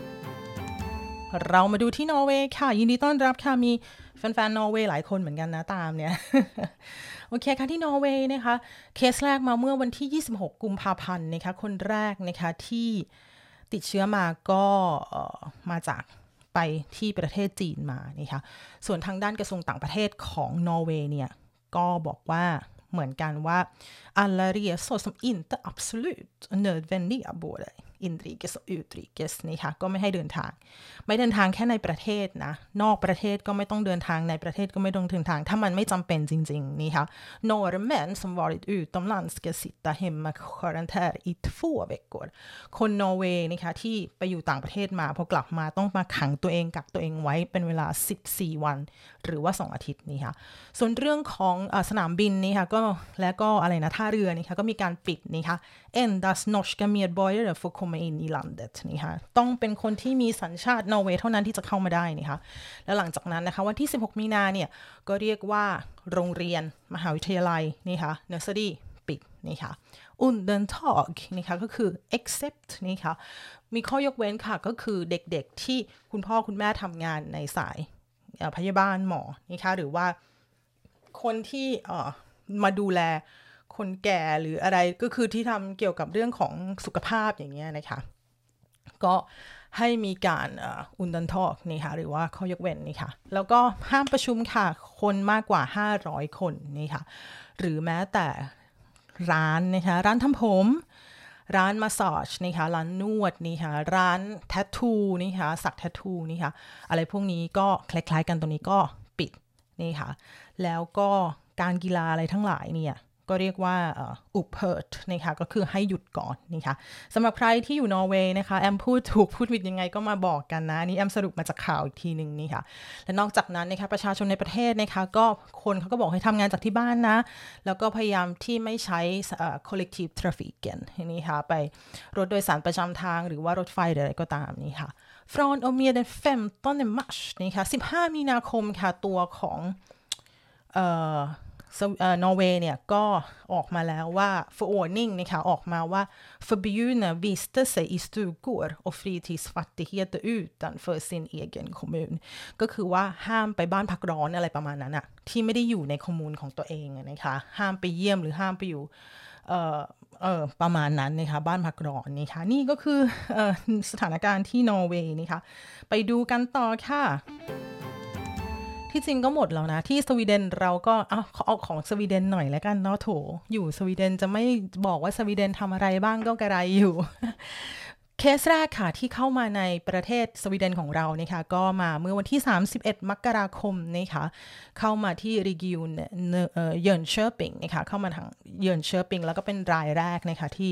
เรามาดูที่นอร์เวย์ค่ะยินดีต้อนรับค่ะมีแฟนๆนอร์เวย์หลายคนเหมือนกันนะตามเนี่ย โอเคค่ะที่นอร์เวย์นะคะเคสแรกมาเมื่อวันที่26กุมภาพันธ์นะคะคนแรกนะคะที่ติดเชื้อมาก็มาจากไปที่ประเทศจีนมานะคะส่วนทางด้านกระทรวงต่างประเทศของนอร์เวย์เนี่ยก็บอกว่าเหมือนกันว่า alla resor som inte absolut nödvändiga både inrikes och utrikes นี่ค่ะก็ไม่ให้เดินทางไม่เดินทางแค่ในประเทศนะนอกประเทศก็ไม่ต้องเดินทางในประเทศก็ไม่ต้องเดินทางถ้ามันไม่จำเป็นจริงๆนี่ค่ะ norrmän som varit utomlands ska sitta hemma karantän i 2 veckor คนนอร์เวย์นะคะที่ไปอยู่ต่างประเทศมาพอกลับมาต้องมาขังตัวเองกักตัวเองไว้เป็นเวลา14วันหรือว่า2อาทิตย์นี่ค่ะส่วนเรื่องของสนามบินนี่ค่ะก็และก็อะไรนะท่าเรือนี่ค่ะก็มีการปิดนี่ค่ะ endast norska medborgare får komma in i landet นี่ค่ะต้องเป็นคนที่มีสัญชาตินอร์เวย์เท่านั้นที่จะเข้ามาได้นี่ค่ะแล้วหลังจากนั้นนะคะวันที่16มีนาเนี่ยก็เรียกว่าโรงเรียนมหาวิทยาลัยนี่ค่ะ nursery ปิดนี่ค่ะ undantag นี่ค่ะก็คือ except นี่ค่ะมีข้อยกเว้นค่ะก็คือเด็กๆที่คุณพ่อคุณแม่ทำงานในสายพยาบาลหมอนี่ค่ะหรือว่าคนที่มาดูแลคนแก่หรืออะไรก็คือที่ทำเกี่ยวกับเรื่องของสุขภาพอย่างเงี้ยนะคะก็ให้มีการอุนดันทอกนี่ค่ะหรือว่าข้อยกเว้นนี่ค่ะแล้วก็ห้ามประชุมค่ะคนมากกว่า500คนนี่ค่ะหรือแม้แต่ร้านนะคะร้านทำผมร้านมาสซาจนี่ค่ะร้านนวดนี่ค่ะร้านแทททูนี่ค่ะสักแทททูนี่ค่ะอะไรพวกนี้ก็คล้ายๆกันตรงนี้ก็ปิดนี่ค่ะแล้วก็การกีฬาอะไรทั้งหลายเนี่ยก็เรียกว่าอุปเพิร์ตนะคะก็คือให้หยุดก่อนนี่ค่ะสำหรับใครที่อยู่นอร์เวย์นะคะแอมพูดถูกพูดผิดยังไงก็มาบอกกันนะนี่แอมสรุปมาจากข่าวอีกทีนึงนี่ค่ะและนอกจากนั้นนะคะประชาชนในประเทศนะคะก็คนเขาก็บอกให้ทำงานจากที่บ้านนะแล้วก็พยายามที่ไม่ใช้collective traffic นี่ค่ะไปรถโดยสารประจำทางหรือว่ารถไฟอะไรก็ตามนี่ค่ะ från och med den 15 mars นี่ค่ะ15มีนาคมค่ะตัวของนอร์เวย์เนี่ยก็ออกมาแล้วว่า förordning นะคะออกมาว่า förbjudna vistelse i stugor och fritidsfastigheter utanför sin egen kommun ก็คือว่าห้ามไปบ้านพักร้อนอะไรประมาณนั้นอะที่ไม่ได้อยู่ในคอมมูนของตัวเองนะคะห้ามไปเยี่ยมหรือห้ามไปอยู่ประมาณนั้นนะคะบ้านพักร้อนนะคะนี่ก็คือสถานการณ์ที่นอร์เวย์นะคะไปดูกันต่อค่ะที่จริงก็หมดแล้วนะที่สวีเดนเราก็เอาของสวีเดนหน่อยแล้วกันเนาะโถอยู่สวีเดนจะไม่บอกว่าสวีเดนทำอะไรบ้างก็กระไรอยู่ เคสแรกค่ะที่เข้ามาในประเทศสวีเดนของเรานะคะก็มาเมื่อวันที่31มกราคมนะคะเข้ามาที่รีกิวเยิร์นเชอร์ปิงนะคะเข้ามาทางเยิร์นเชอร์ปิงแล้วก็เป็นรายแรกนะคะที่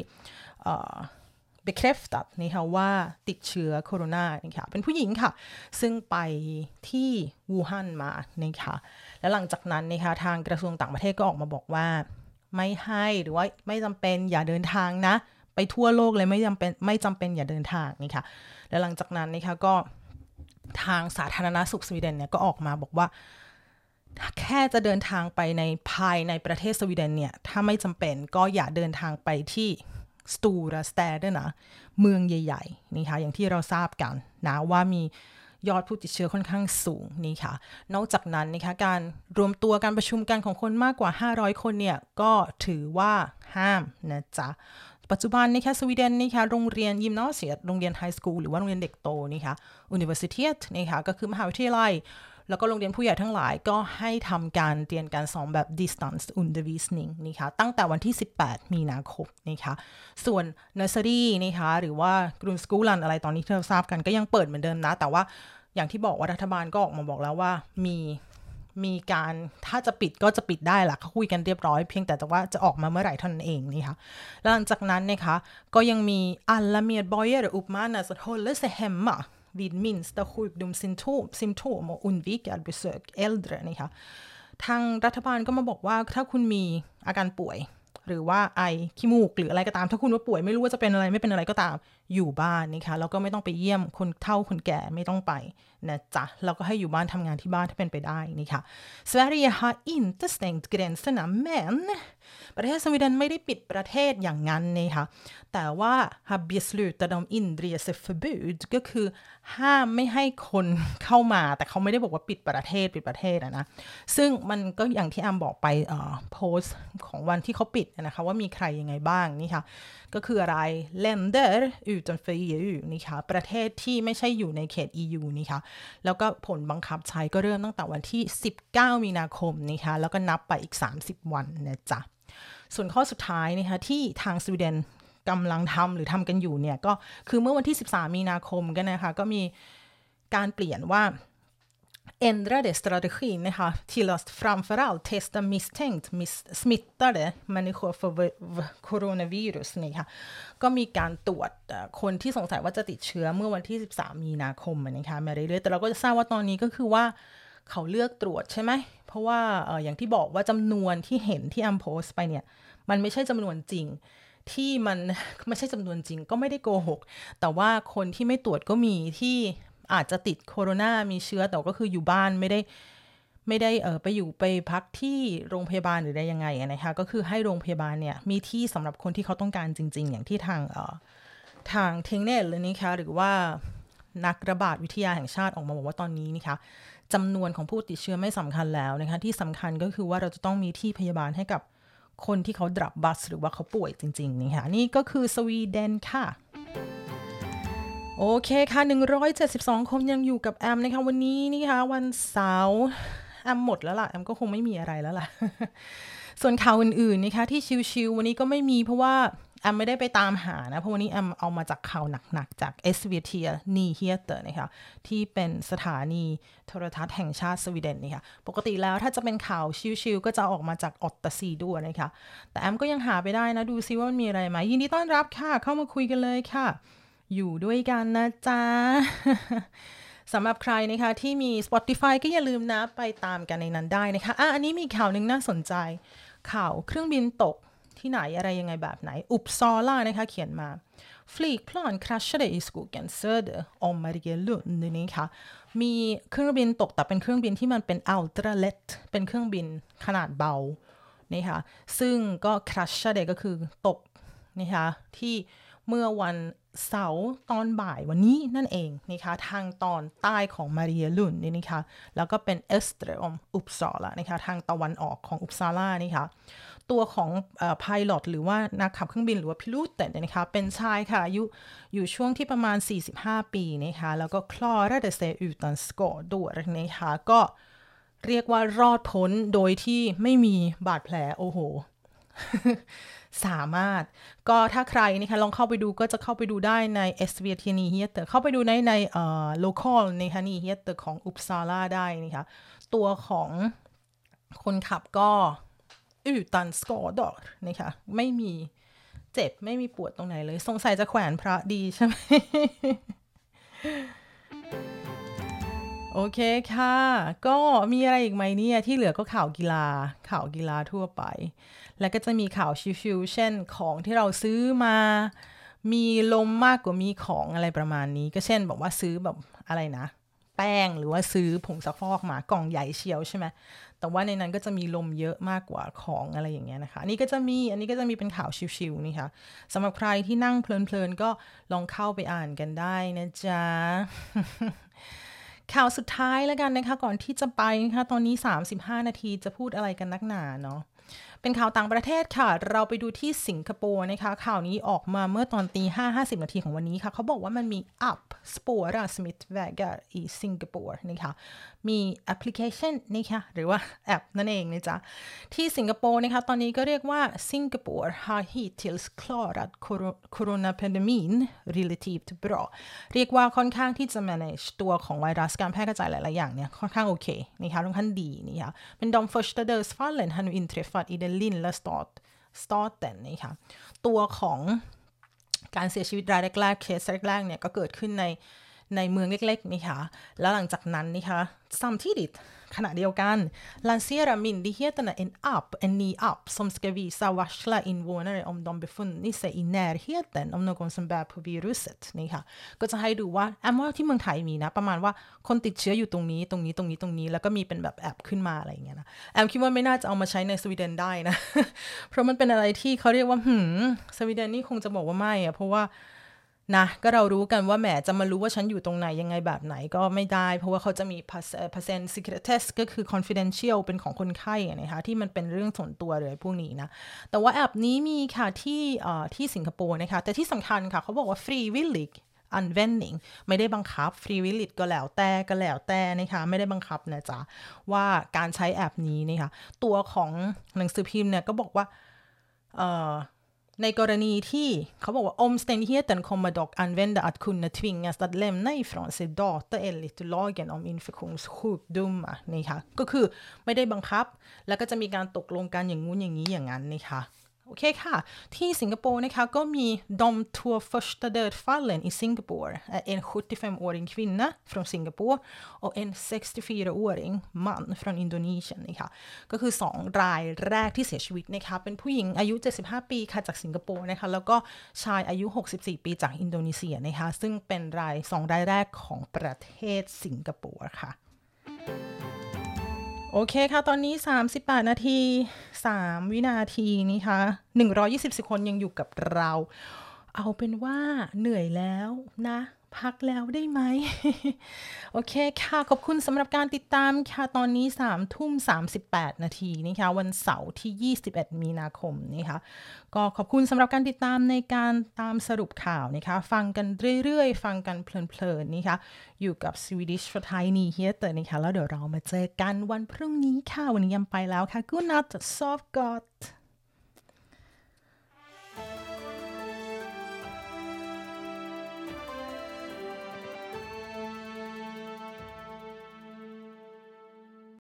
bekräftat นะคะว่าติดเชื้อโคโรนานะคะเป็นผู้หญิงค่ะซึ่งไปที่วูฮั่นมานะคะแล้วหลังจากนั้นนะคะทางกระทรวงต่างประเทศก็ออกมาบอกว่าไม่ให้หรือว่าไม่จำเป็นอย่าเดินทางนะไปทั่วโลกเลยไม่จำเป็นอย่าเดินทางนี่ค่ะแล้วหลังจากนั้นนะคะก็ทางสาธารณสุขสวีเดนเนี่ยก็ออกมาบอกว่าแค่จะเดินทางไปในภายในประเทศสวีเดนเนี่ยถ้าไม่จำเป็นก็อย่าเดินทางไปที่สตูราสแตดนะเมืองใหญ่ๆนี่ค่ะอย่างที่เราทราบกันนะว่ามียอดผู้ติดเชื้อค่อนข้างสูงนี่ค่ะนอกจากนั้นนะคะการรวมตัวการประชุมกันของคนมากกว่า500คนเนี่ยก็ถือว่าห้ามนะจ๊ะปัจจุบันนะคะสวีเดนนะคะโรงเรียนยิมนาเซียโรงเรียนไฮสคูลหรือว่าโรงเรียนเด็กโตนะคะuniversitetนะคะก็คือมหาวิทยาลัยแล้วก็โรงเรียนผู้ใหญ่ทั้งหลายก็ให้ทำการเรียนการสอนแบบ distance undervisning นะคะตั้งแต่วันที่18มีนาคมนะคะส่วน nursery นะคะหรือว่า grundskolan อะไรตอนนี้ที่เราทราบกันก็ยังเปิดเหมือนเดิมนะแต่ว่าอย่างที่บอกว่ารัฐบาลก็ออกมาบอกแล้วว่ามีการถ้าจะปิดก็จะปิดได้ล่ะเขาคุยกันเรียบร้อยเพียงแต่ว่าจะออกมาเมื่อไหร่เท่านั้นเองนะคะแล้วหลังจากนั้นนะคะก็ยังมี alla medborgare uppmanas att hålla sig hemma vid minsta sjukdomssymptom och undvika att besöka äldre นะคะทางรัฐบาลก็มาบอกว่าถ้าคุณมีอาการป่วยหรือว่าไอขี้มูกหรืออะไรก็ตามถ้าคุณว่าป่วยไม่รู้ว่าจะเป็นอะไรไม่เป็นอะไรก็ตามอยู่บ้านนะคะแล้วก็ไม่ต้องไปเยี่ยมคนเฒ่าคนแก่ไม่ต้องไปนะจ๊ะแล้วก็ให้อยู่บ้านทำงานที่บ้านถ้าเป็นไปได้นะคะ Sverige har inte stängt gränserna men ประเทศสวีเดนไม่ได้ปิดประเทศอย่างนั้นนะคะแต่ว่า har beslutat om inreseförbud ก็คือห้ามไม่ให้คนเข้ามาแต่เขาไม่ได้บอกว่าปิดประเทศนะซึ่งมันก็อย่างที่บอกไปโพสต์ของวันที่เขาปิดนะคะว่ามีใครยังไงบ้างนี่ค่ะก็คืออะไร länder utanför EU นี่ค่ะประเทศที่ไม่ใช่อยู่ในเขต EU นี่ค่ะแล้วก็ผลบังคับใช้ก็เริ่มตั้งแต่วันที่19มีนาคมนี่ค่ะแล้วก็นับไปอีก30วันนะจ๊ะส่วนข้อสุดท้ายนะคะที่ทางสวีเดนกำลังทำหรือทำกันอยู่เนี่ยก็คือเมื่อวันที่13มีนาคมกันนะคะก็มีการเปลี่ยนว่าändrade strateginนะคะtill att framförallt testa misstänkt smittade människor för coronavirus นะคะก็มีการตรวจคนที่สงสัยว่าจะติดเชื้อเมื่อวันที่13มีนาคมนะคะมาเรื่อยๆแต่เราก็จะทราบว่าตอนนี้ก็คือว่าเขาเลือกตรวจใช่ไหมเพราะว่าอย่างที่บอกว่าจำนวนที่เห็นที่โพสต์ไปเนี่ยมันไม่ใช่จำนวนจริงที่มันไม่ใช่จำนวนจริงก็ไม่ได้โกหกแต่ว่าคนที่ไม่ตรวจก็มีที่อาจจะติดโคโรนามีเชื้อแต่ก็คืออยู่บ้านไม่ได้ไปพักที่โรงพยาบาลหรือได้ยังไงนะคะก็คือให้โรงพยาบาลเนี่ยมีที่สำหรับคนที่เขาต้องการจริงๆอย่างที่ทางเทงเนตเลยนะคะหรือว่านักระบาดวิทยาแห่งชาติออกมาบอกว่าตอนนี้นะคะจำนวนของผู้ติดเชื้อไม่สำคัญแล้วนะคะที่สำคัญก็คือว่าเราจะต้องมีที่พยาบาลให้กับคนที่เขาดรับบัสหรือว่าเขาป่วยจริงๆนะคะนี่ก็คือสวีเดนค่ะโอเคค่ะ172คนยังอยู่กับแอมนะคะวันนี้นี่ค่ะวันเสาร์แอมหมดแล้วล่ะแอมก็คงไม่มีอะไรแล้วล่ะ ส่วนข่าวอื่นๆนะคะที่ชิวๆวันนี้ก็ไม่มีเพราะว่าแอมไม่ได้ไปตามหานะเพราะวันนี้แอมเอามาจากข่าวหนักๆจาก SVT Nyheter นะคะที่เป็นสถานีโทรทัศน์แห่งชาติสวีเดนนะคะปกติแล้วถ้าจะเป็นข่าวชิวๆก็จะออกมาจากออตตาซีด้วยนะคะแต่แอมก็ยังหาไปได้นะดูซิว่ามันมีอะไรไหมยินดีต้อนรับค่ะเข้ามาคุยกันเลยค่ะอยู่ด้วยกันนะจ๊ะ สำหรับใครนะคะที่มี Spotify ก็อย่าลืมนะไปตามกันในนั้นได้นะคะอันนี้มีข่าวนึงน่าสนใจข่าวเครื่องบินตกที่ไหนอะไรยังไงแบบไหนอุปซาลานะคะเขียนมา Flygplan kraschade i skogen söder om Marielund นี่ค่ะมีเครื่องบินตกแต่เป็นเครื่องบินที่มันเป็น ultra let เป็นเครื่องบินขนาดเบานี่ค่ะซึ่งก็ kraschade ก็คือตกนะคะที่เมื่อวันเสาร์ตอนบ่ายวันนี้นั่นเองนะคะทางตอนใต้ของมาริเอลุนนี่นะคะแล้วก็เป็นเอสเตรอมอุปซาลานะคะทางตะวันออกของอุปซาลานี่ค่ะตัวของpilot หรือว่านักขับเครื่องบินหรือว่าพิลูตแต่นะคะเป็นชายค่ะอายุอยู่ช่วงที่ประมาณ45ปีนะคะแล้วก็คลอร์เดเซอุตันสกอร์ด้วยนะคะก็เรียกว่ารอดพ้นโดยที่ไม่มีบาดแผลโอ้โห สามารถก็ถ้าใครนะคะลองเข้าไปดูก็จะเข้าไปดูได้ใน SVT Nyheter เข้าไปดูในlocal นะคะ Nyheter ของอุปซาลาได้นะคะตัวของคนขับก็utan skador นะคะไม่มีเจ็บไม่มีปวดตรงไหนเลยสงสัยจะแขวนพระดีใช่ไหม โอเคค่ะก็มีอะไรอีกไหมเนี่ยที่เหลือก็ข่าวกีฬาทั่วไปแล้วก็จะมีข่าวชิวๆเช่นของที่เราซื้อมามีลมมากกว่ามีของอะไรประมาณนี้ก็เช่นบอกว่าซื้อแบบอะไรนะแป้งหรือว่าซื้อผงซักฟอกมากล่องใหญ่เชียวใช่ไหมแต่ว่าในนั้นก็จะมีลมเยอะมากกว่าของอะไรอย่างเงี้ยนะคะอันนี้ก็จะมีเป็นข่าวชิวๆนี่ค่ะสำหรับใครที่นั่งเพลินๆก็ลองเข้าไปอ่านกันได้นะจ๊ะ ข่าวสุดท้ายแล้วกันนะคะก่อนที่จะไปนะคะตอนนี้35นาทีจะพูดอะไรกันนักหนาเนาะเป็นข่าวต่างประเทศค่ะเราไปดูที่สิงคโปร์นะคะข่าวนี้ออกมาเมื่อตอนตี 5:50 นาทีของวันนี้ค่ะเขาบอกว่ามันมี app spåra smittvägar i Singapore นะคะมีแอปพลิเคชันนะคะหรือว่าแอปนั่นเองนะจ๊ะที่สิงคโปร์นะคะตอนนี้ก็เรียกว่า Singapore har hittills klarat coronapandemin relativt bra เรียกว่าค่อนข้างที่จะ manage ตัวของไวรัสการแพร่กระจายหลายๆอย่างเนี่ยค่อนข้างโอเคนะคะค่อนข้างดีนะคะเป็นde första dödsfallen har nu inträffat i den lilla staten นะคะตัวของการเสียชีวิตรายแรกๆเคสแรกๆเนี่ยก็เกิดขึ้นในเมืองเล็กๆนะคะแล้วหลังจากนั้นนะคะsamtidigtขณะเดียวกัน lanserar myndigheterna en ny app som ska visa varsla invånare om de befunnit sig i närheten av någon som bär på viruset นี่ค่ะก็จะให้ดูว่าว่าที่เมืองไทยมีนะประมาณว่าคนติดเชื้ออยู่ตรงนี้แล้วก็มีเป็นแบบแอปขึ้นมาอะไรอย่างเงี้ยนะคิดว่าไม่น่าจะเอามาใช้ในสวีเดนได้นะ เพราะมันเป็นอะไรที่เขาเรียกว่าสวีเดนนี่คงจะบอกว่าไม่เพราะว่านะก็เรารู้กันว่าแหมจะมารู้ว่าฉันอยู่ตรงไหนยังไงแบบไหนก็ไม่ได้เพราะว่าเขาจะมีpercent secretess ก็คือ confidential เป็นของคนไข้นะคะที่มันเป็นเรื่องส่วนตัวเลยพวกนี้นะแต่ว่าแอปนี้มีค่ะที่สิงคโปร์นะคะแต่ที่สำคัญค่ะเขาบอกว่า frivillig användning ไม่ได้บังคับ frivillig ก็แล้วแต่นะคะไม่ได้บังคับนะจ๊ะว่าการใช้แอปนี้นะคะตัวของหนังสือพิมพ์เนี่ยก็บอกว่าในกรณีที่เขาบอกว่า omständigheten kommer dock använda att kunna tvingas att lämna ifrån sig data enligt lagen om infektionssjukdomar นี่ค่ะก็คือไม่ได้บังคับแล้วก็จะมีการตกลงกันอย่างงู้นอย่างนี้อย่างนั้นนี่ค่ะโอเคค่ะที่สิงคโปร์นะคะก็มี de två första dödsfallen i Singapore en 75-årig kvinna från Singapore och en 64-årig man från Indonesien นะคะก็คือ2รายแรกที่เสียชีวิตนะคะเป็นผู้หญิงอายุ75ปีค่ะจากสิงคโปร์นะคะแล้วก็ชายอายุ64ปีจากอินโดนีเซียนะคะซึ่งเป็น2รายแรกของประเทศสิงคโปร์ค่ะโอเคค่ะตอนนี้38นาที3วินาทีนะคะ120คนยังอยู่กับเราเอาเป็นว่าเหนื่อยแล้วนะพักแล้วได้ไหม โอเคค่ะขอบคุณสำหรับการติดตามค่ะตอนนี้3:38นาทีนะคะวันเสาร์ที่21มีนาคมนะคะก็ขอบคุณสำหรับการติดตามในการตามสรุปข่าวนะคะฟังกันเรื่อยๆฟังกันเพลินๆนะคะอยู่กับ Swedish for Thai Nyheter นะคะแล้วเดี๋ยวเรามาเจอกันวันพรุ่งนี้ค่ะวันนี้ยำไปแล้วค่ะ Good night sov gott